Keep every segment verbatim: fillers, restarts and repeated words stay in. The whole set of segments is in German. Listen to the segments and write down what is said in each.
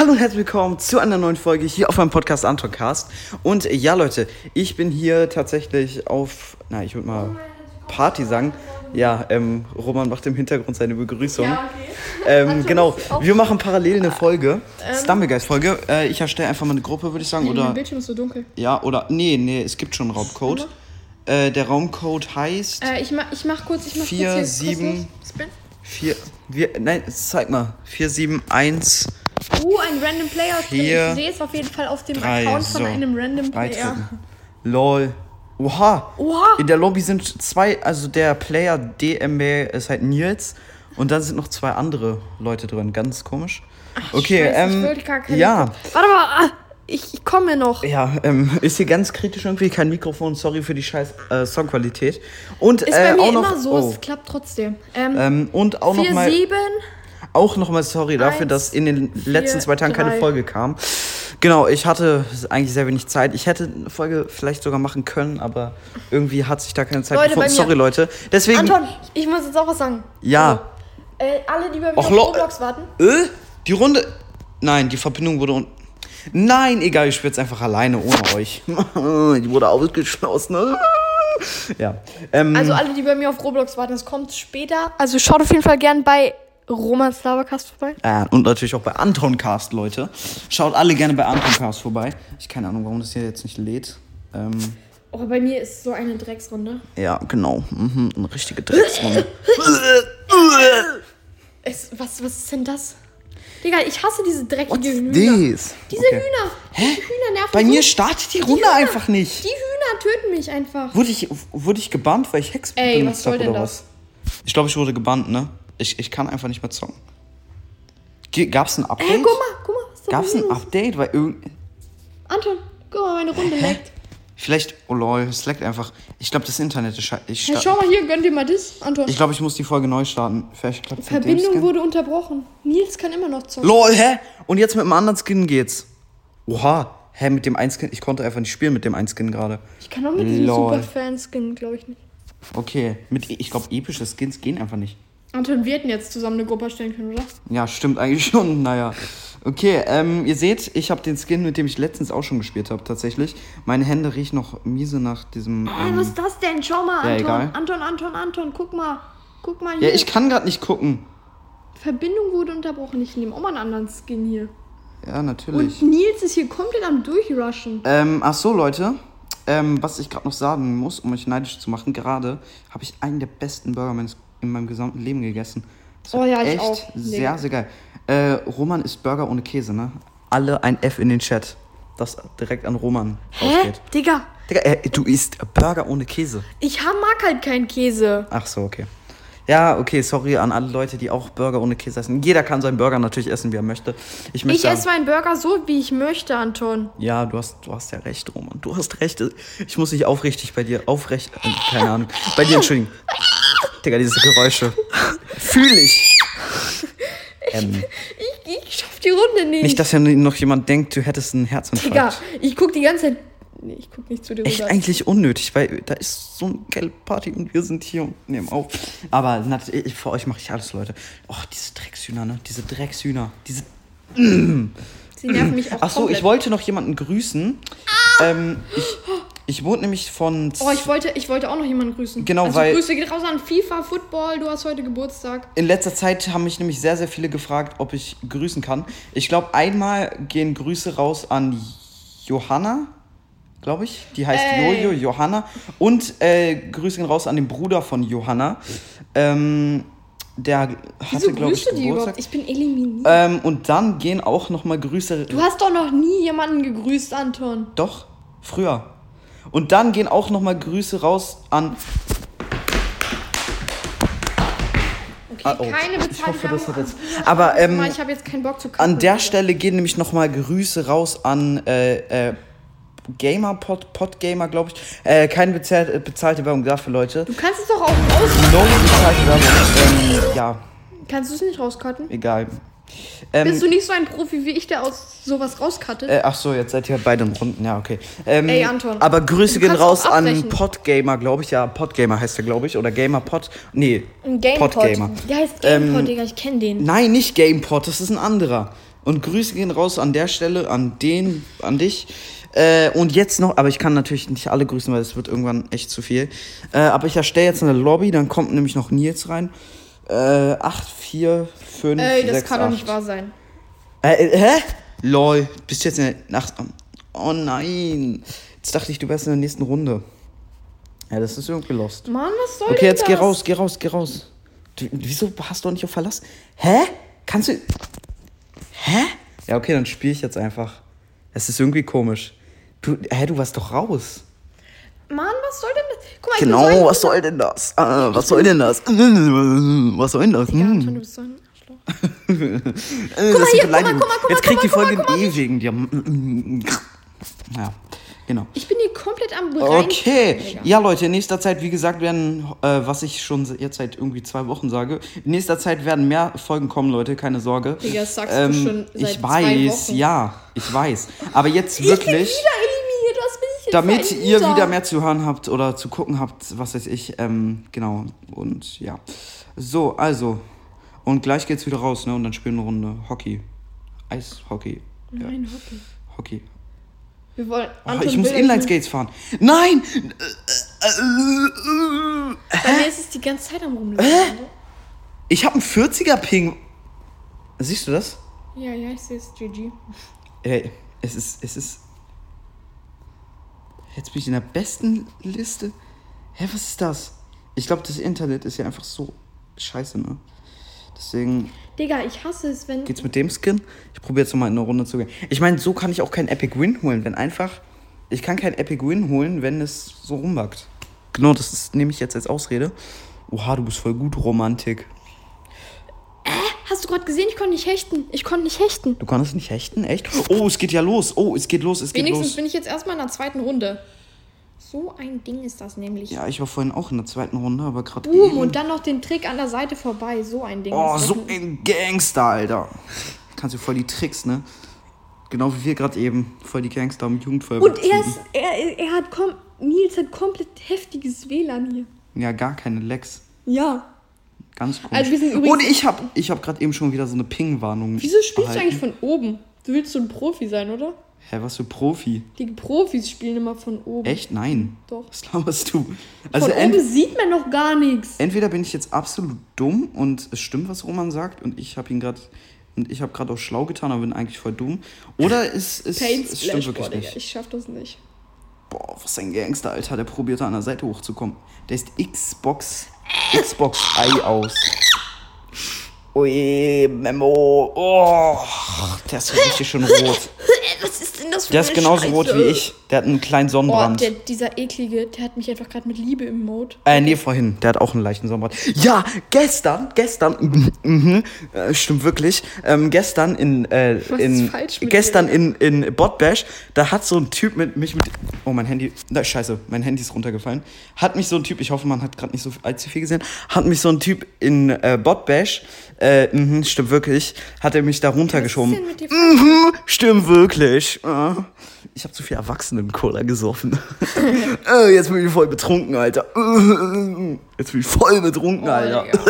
Hallo und herzlich willkommen zu einer neuen Folge hier auf meinem Podcast Antoncast. Und ja, Leute, ich bin hier tatsächlich auf, na, ich würde mal Party sagen. Ja, ähm, Roman macht im Hintergrund seine Begrüßung. Ja, okay. Ähm, genau, wir machen parallel eine Folge, ähm, Stumbleguys-Folge. Äh, ich erstelle einfach mal eine Gruppe, würde ich sagen. Nee, oder mein Bildschirm ist so dunkel. Ja, oder, nee, nee, es gibt schon einen Raumcode. Äh, der Raumcode heißt... Äh, ich, mach, ich mach kurz, ich mach vier, kurz hier sieben, vier, wir, nein, zeig mal. vier sieben eins Uh, ein Random Player. vier, ich sehe es auf jeden Fall auf dem drei, Account von so, einem Random Player. Beitreten. Lol. Oha. Oha. In der Lobby sind zwei, also der Player D M B ist halt Nils und dann sind noch zwei andere Leute drin. Ganz komisch. Ach, okay, Scheiße, ähm, ich wollte gar keine ja. Warte mal, ah, ich, ich komme noch. Ja, ähm, ist hier ganz kritisch irgendwie, kein Mikrofon, sorry für die scheiß äh, Soundqualität. Und, ist äh, bei mir auch noch, immer so, oh. es klappt trotzdem. Ähm, ähm, und auch vier, nochmal... sieben Auch nochmal sorry dafür, Eins, dass in den letzten vier, zwei Tagen drei. keine Folge kam. Genau, ich hatte eigentlich sehr wenig Zeit. Ich hätte eine Folge vielleicht sogar machen können, aber irgendwie hat sich da keine Zeit Leute, gefunden. bei mir. Sorry, Leute. Deswegen. Anton, ich muss jetzt auch was sagen. Ja. Also, äh, alle, die bei mir Och, auf lo- Roblox warten. Äh? Die Runde. Nein, die Verbindung wurde. Un- Nein, egal, ich spiele jetzt einfach alleine ohne euch. Die wurde ausgeschlossen. Ja. Ähm, Also alle, die bei mir auf Roblox warten, das kommt später. Also schaut auf jeden Fall gern bei Romans Labercast vorbei. Äh, und natürlich auch bei Antoncast, Leute. Schaut alle gerne bei Antoncast vorbei. Ich keine Ahnung, warum das hier jetzt nicht lädt. Ähm, Oh, bei mir ist so eine Drecksrunde. ja, genau. Mhm, eine richtige Drecksrunde. Es, was, was ist denn das? Digga, ich hasse diese dreckige What's Hühner. this? Diese Okay. Hühner. Hä? Die Hühner nerven Bei so. mir startet die Runde Hühner. einfach nicht. Die Hühner töten mich einfach. Wurde ich, wurde ich gebannt, weil ich Hex Ey, benutzt was soll hab, denn oder das? was? Ich glaube, ich wurde gebannt, ne? Ich, ich kann einfach nicht mehr zocken. Ge- Gab's ein Update? Ey, guck mal, guck mal. Was ist da Gab's ein los? Update? Weil irgend... Anton, guck mal, meine Runde Hä? leckt. Vielleicht... Oh lol, es leckt einfach. Ich glaube, das Internet ist scheiße. Ich, Hey, sta- schau mal hier, gönn dir mal das, Anton. ich glaube, ich muss die Folge neu starten. Vielleicht klappt's mit dem Verbindung Skin. wurde unterbrochen. Nils kann immer noch zocken. Lol, hä? Und jetzt mit einem anderen Skin geht's. Oha. Hä, mit dem einen Skin... Ich konnte einfach nicht spielen mit dem einen Skin gerade. Ich kann auch mit diesem Lol. Superfan-Skin, glaube ich nicht. Okay. Mit, ich glaube, epische Skins gehen einfach nicht. Anton, wir hätten jetzt zusammen eine Gruppe erstellen können, oder? Ja, stimmt eigentlich schon. Naja. Okay, ähm, ihr seht, ich habe den Skin, mit dem ich letztens auch schon gespielt habe, tatsächlich. Meine Hände riechen noch miese nach diesem... Ey, Ähm, was ist das denn? Schau mal, ja, Anton. egal. Anton, Anton, Anton, guck mal. Guck mal hier. ja, ich kann gerade nicht gucken. Verbindung wurde unterbrochen. Ich nehme auch mal einen anderen Skin hier. Ja, natürlich. Und Nils ist hier komplett am Durchrushen. Ähm, ach so, Leute. Ähm, was ich gerade noch sagen muss, um euch neidisch zu machen, gerade habe ich einen der besten Burger meines, in meinem gesamten Leben gegessen. Das war Oh ja, ich echt auch. sehr, Nee. sehr geil. Äh, Roman isst Burger ohne Käse, ne? Alle ein F in den Chat, das direkt an Roman Hä? rausgeht. Digga, Digga, äh, du isst Burger ohne Käse. ich hab, mag halt keinen Käse. Ach so, okay. Ja, okay, sorry an alle Leute, die auch Burger ohne Käse essen. Jeder kann seinen Burger natürlich essen, wie er möchte. Ich, möchte Ich esse meinen Burger so, wie ich möchte, Anton. Ja, du hast, du hast ja recht, Roman. Du hast recht. Ich muss mich aufrichtig bei dir, aufrecht, äh, keine Ahnung, bei dir entschuldigen. Digga, diese Geräusche. Fühl ich. Ähm, Ich, ich schaff die Runde nicht. nicht, dass ja noch jemand denkt, du hättest einen Herzinfarkt. Digga, ich guck die ganze Zeit... Nee, ich guck nicht zu dir Echt rüber. eigentlich unnötig, weil da ist so eine geile Party und wir sind hier und nehmen auf. Aber natürlich, für euch mache ich alles, Leute. Och, diese Dreckshühner, ne? Diese Dreckshühner. Diese... Sie nerven mich auch Ach so, komplett. ich wollte noch jemanden grüßen. Ähm, ich, ich wurde nämlich von... Oh, ich wollte, ich wollte auch noch jemanden grüßen. Genau, also, weil- Grüße geht raus an FIFA, Football, du hast heute Geburtstag. In letzter Zeit haben mich nämlich sehr, sehr viele gefragt, ob ich grüßen kann. Ich glaube, einmal gehen Grüße raus an Johanna, glaube ich. Die heißt Ey. Jojo, Johanna. Und äh, Grüße gehen raus an den Bruder von Johanna. Ähm, der hatte, Wieso glaube ich, grüßt du die Geburtstag. überhaupt? Ich bin eliminiert. Ähm, und dann gehen auch nochmal Grüße... Du hast doch noch nie jemanden gegrüßt, Anton. Doch, früher. Und dann gehen auch nochmal Grüße raus an... Okay, Ah, oh, keine bezahlte ich hoffe, das hat Werbung. jetzt... Aber ähm, Ich habe jetzt keinen Bock zu an der kacken. Stelle gehen nämlich nochmal Grüße raus an äh, äh, Gamer, Pod, Podgamer, glaube ich. Äh, keine bezahlte, bezahlte Werbung dafür, Leute. Du kannst es doch auch raus... No bezahlte Werbung. Ähm, ja, Kannst du es nicht rauscutten? egal. Ähm, Bist du nicht so ein Profi wie ich, der aus sowas rauskattet? Äh, ach so, jetzt seid ihr beide in Runden. Ja, okay. Ähm, Ey, Anton. Aber Grüße Du gehen kannst raus auch an abbrechen. Podgamer, glaube ich. Ja, Podgamer heißt der, glaube ich. Oder GamerPod. Nee, Ein GamePod. Podgamer. Der heißt GamePod, Ähm, Digga, ich kenne den. Nein, nicht GamePod, das ist ein anderer. Und Grüße gehen raus an der Stelle, an den, an dich. Äh, und jetzt noch, aber ich kann natürlich nicht alle grüßen, weil es wird irgendwann echt zu viel. Äh, aber ich erstelle jetzt eine Lobby, dann kommt nämlich noch Nils rein. Äh, acht, vier, fünf, Ey, das sechs, kann doch acht. nicht wahr sein. Äh, äh, hä? Lol, bist du jetzt in der Nacht... Oh nein. Jetzt dachte ich, du wärst in der nächsten Runde. Ja, das ist irgendwie lost. Mann, was soll Okay, denn jetzt das? geh raus, geh raus, geh raus. Du, wieso hast du auch nicht auf Verlass? Hä? Kannst du... Hä? Ja, okay, dann spiele ich jetzt einfach. Es ist irgendwie komisch. Du, hä, du warst doch raus. Mann, was soll denn das? Guck mal, Genau, ich bin so was soll denn das? Ah, was soll denn das? Was soll denn das? Digga, Anton, Hm. du bist so ein Arschloch. Äh, mal das hier, sind guck mal, Beleidigungen. guck mal, guck mal, Jetzt kriegt die guck mal, Folge guck mal, einen ewigen. Die, ja, genau. Ich bin hier komplett am rein. Okay, Digga. ja Leute, in nächster Zeit, wie gesagt, werden, äh, was ich schon jetzt seit irgendwie zwei Wochen sage, in nächster Zeit werden mehr Folgen kommen, Leute, keine Sorge. Digga, das sagst Ähm, du schon seit ich zwei weiß, Wochen. ja, ich weiß. Aber jetzt Ich bin wirklich, wieder eliminiert, was bin ich jetzt damit für ein ihr Loser? wieder mehr zu hören habt oder zu gucken habt, was weiß ich, ähm, genau, und ja. So, also, und gleich geht's wieder raus, ne, und dann spielen wir eine Runde Hockey. Eishockey. Ja. Nein, Hockey. Hockey. Wir wollen. Oh, Anton ich muss will das Inline-Skates fahren. Nein! nicht. Bei mir ist es die ganze Zeit am Rumlaufen. Ich habe einen vierziger-Ping. Siehst du das? Ja, ja, ich sehe es, G G. Ey, es ist, es ist... Jetzt bin ich in der besten Liste. Hä, was ist das? Ich glaube, das Internet ist ja einfach so scheiße, ne? Deswegen Digga, ich hasse es, wenn. geht's mit dem Skin. Ich probiere jetzt nochmal in eine Runde zu gehen. Ich meine, so kann ich auch keinen Epic Win holen, wenn einfach... Ich kann keinen Epic Win holen, wenn es so rumbackt. Genau, das ist, nehme ich jetzt als Ausrede. Oha, du bist voll gut, Romantik. Hast du gerade gesehen, ich konnte nicht hechten. Ich konnte nicht hechten. Du konntest nicht hechten? Echt? Oh, es geht ja los. Oh, es geht los, es geht Wenigstens los. bin ich jetzt erstmal in der zweiten Runde. So ein Ding ist das nämlich. Ja, ich war vorhin auch in der zweiten Runde, aber gerade Boom, eben... und dann noch den Trick an der Seite vorbei. So ein Ding Oh, ist das. so ein Gangster, Alter. Kannst du voll die Tricks, ne? Genau wie wir gerade eben. Voll die Gangster am Jugendfeuerwehr. Und er ist, er, er hat, kom Nils hat komplett heftiges W L A N hier. Ja, gar keine Lecks. Ja. Ganz komisch. Also wir sind übrigens- Und ich hab, ich hab gerade eben schon wieder so eine Ping-Warnung. Wieso spielst erhalten. du eigentlich von oben? Du willst so ein Profi sein, oder? Hä, was für Profi? Die Profis spielen immer von oben. Echt? Nein. Doch. Was laberst du? Also von ent oben sieht man noch gar nichts. entweder bin ich jetzt absolut dumm und es stimmt, was Roman sagt, und ich habe ihn gerade... Und ich habe gerade auch schlau getan, aber bin eigentlich voll dumm. Oder es, es, Paint es stimmt Splash, wirklich boah, Digga, nicht. ich schaff das nicht. Boah, was ein Gangster, Alter. Der probiert da an der Seite hochzukommen. Der ist Xbox, Xbox Eye aus. Ui, Memo. Oh, der ist richtig schön rot. Was ist denn das für Der ist eine genauso Scheiße? rot wie ich. Der hat einen kleinen Oh, Sonnenbrand. der, dieser eklige, der hat mich einfach gerade mit Liebe im Mode. Äh, nee, vorhin. Der hat auch einen leichten Sonnenbrand. Ja, gestern, gestern, mhm, äh, stimmt wirklich, ähm, gestern in, äh, Was in, ist falsch mit gestern dir? in, in Botbash, da hat so ein Typ mit mich mit, oh, mein Handy, na, scheiße, mein Handy ist runtergefallen, hat mich so ein Typ, ich hoffe, man hat gerade nicht so allzu viel gesehen, hat mich so ein Typ in äh, Botbash, äh, mhm, stimmt wirklich, hat er mich da runtergeschoben. denn mit dir Mhm, stimmt wirklich. Äh, Ich habe zu viel Erwachsenen-Cola gesoffen. äh, jetzt bin ich voll betrunken, Alter. Äh, Jetzt bin ich voll betrunken, Oh, Alter. Digga.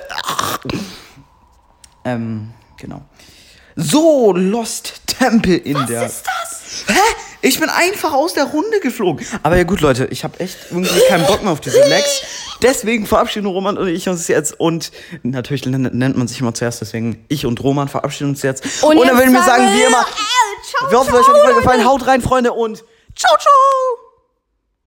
ähm, genau. So, Lost Temple in Was der... ist das? Hä? Ich bin einfach aus der Runde geflogen. Aber ja gut, Leute, ich habe echt irgendwie keinen Bock mehr auf diese Lags. Deswegen verabschieden Roman und ich uns jetzt. Und natürlich nennt man sich immer zuerst, deswegen ich und Roman verabschieden uns jetzt. Und, Und dann jetzt würden wir sagen, sagen wie wir, immer, äh, ciao, wir hoffen, ciao, euch hat die Folge Leute. gefallen. Haut rein, Freunde, und ciao, ciao.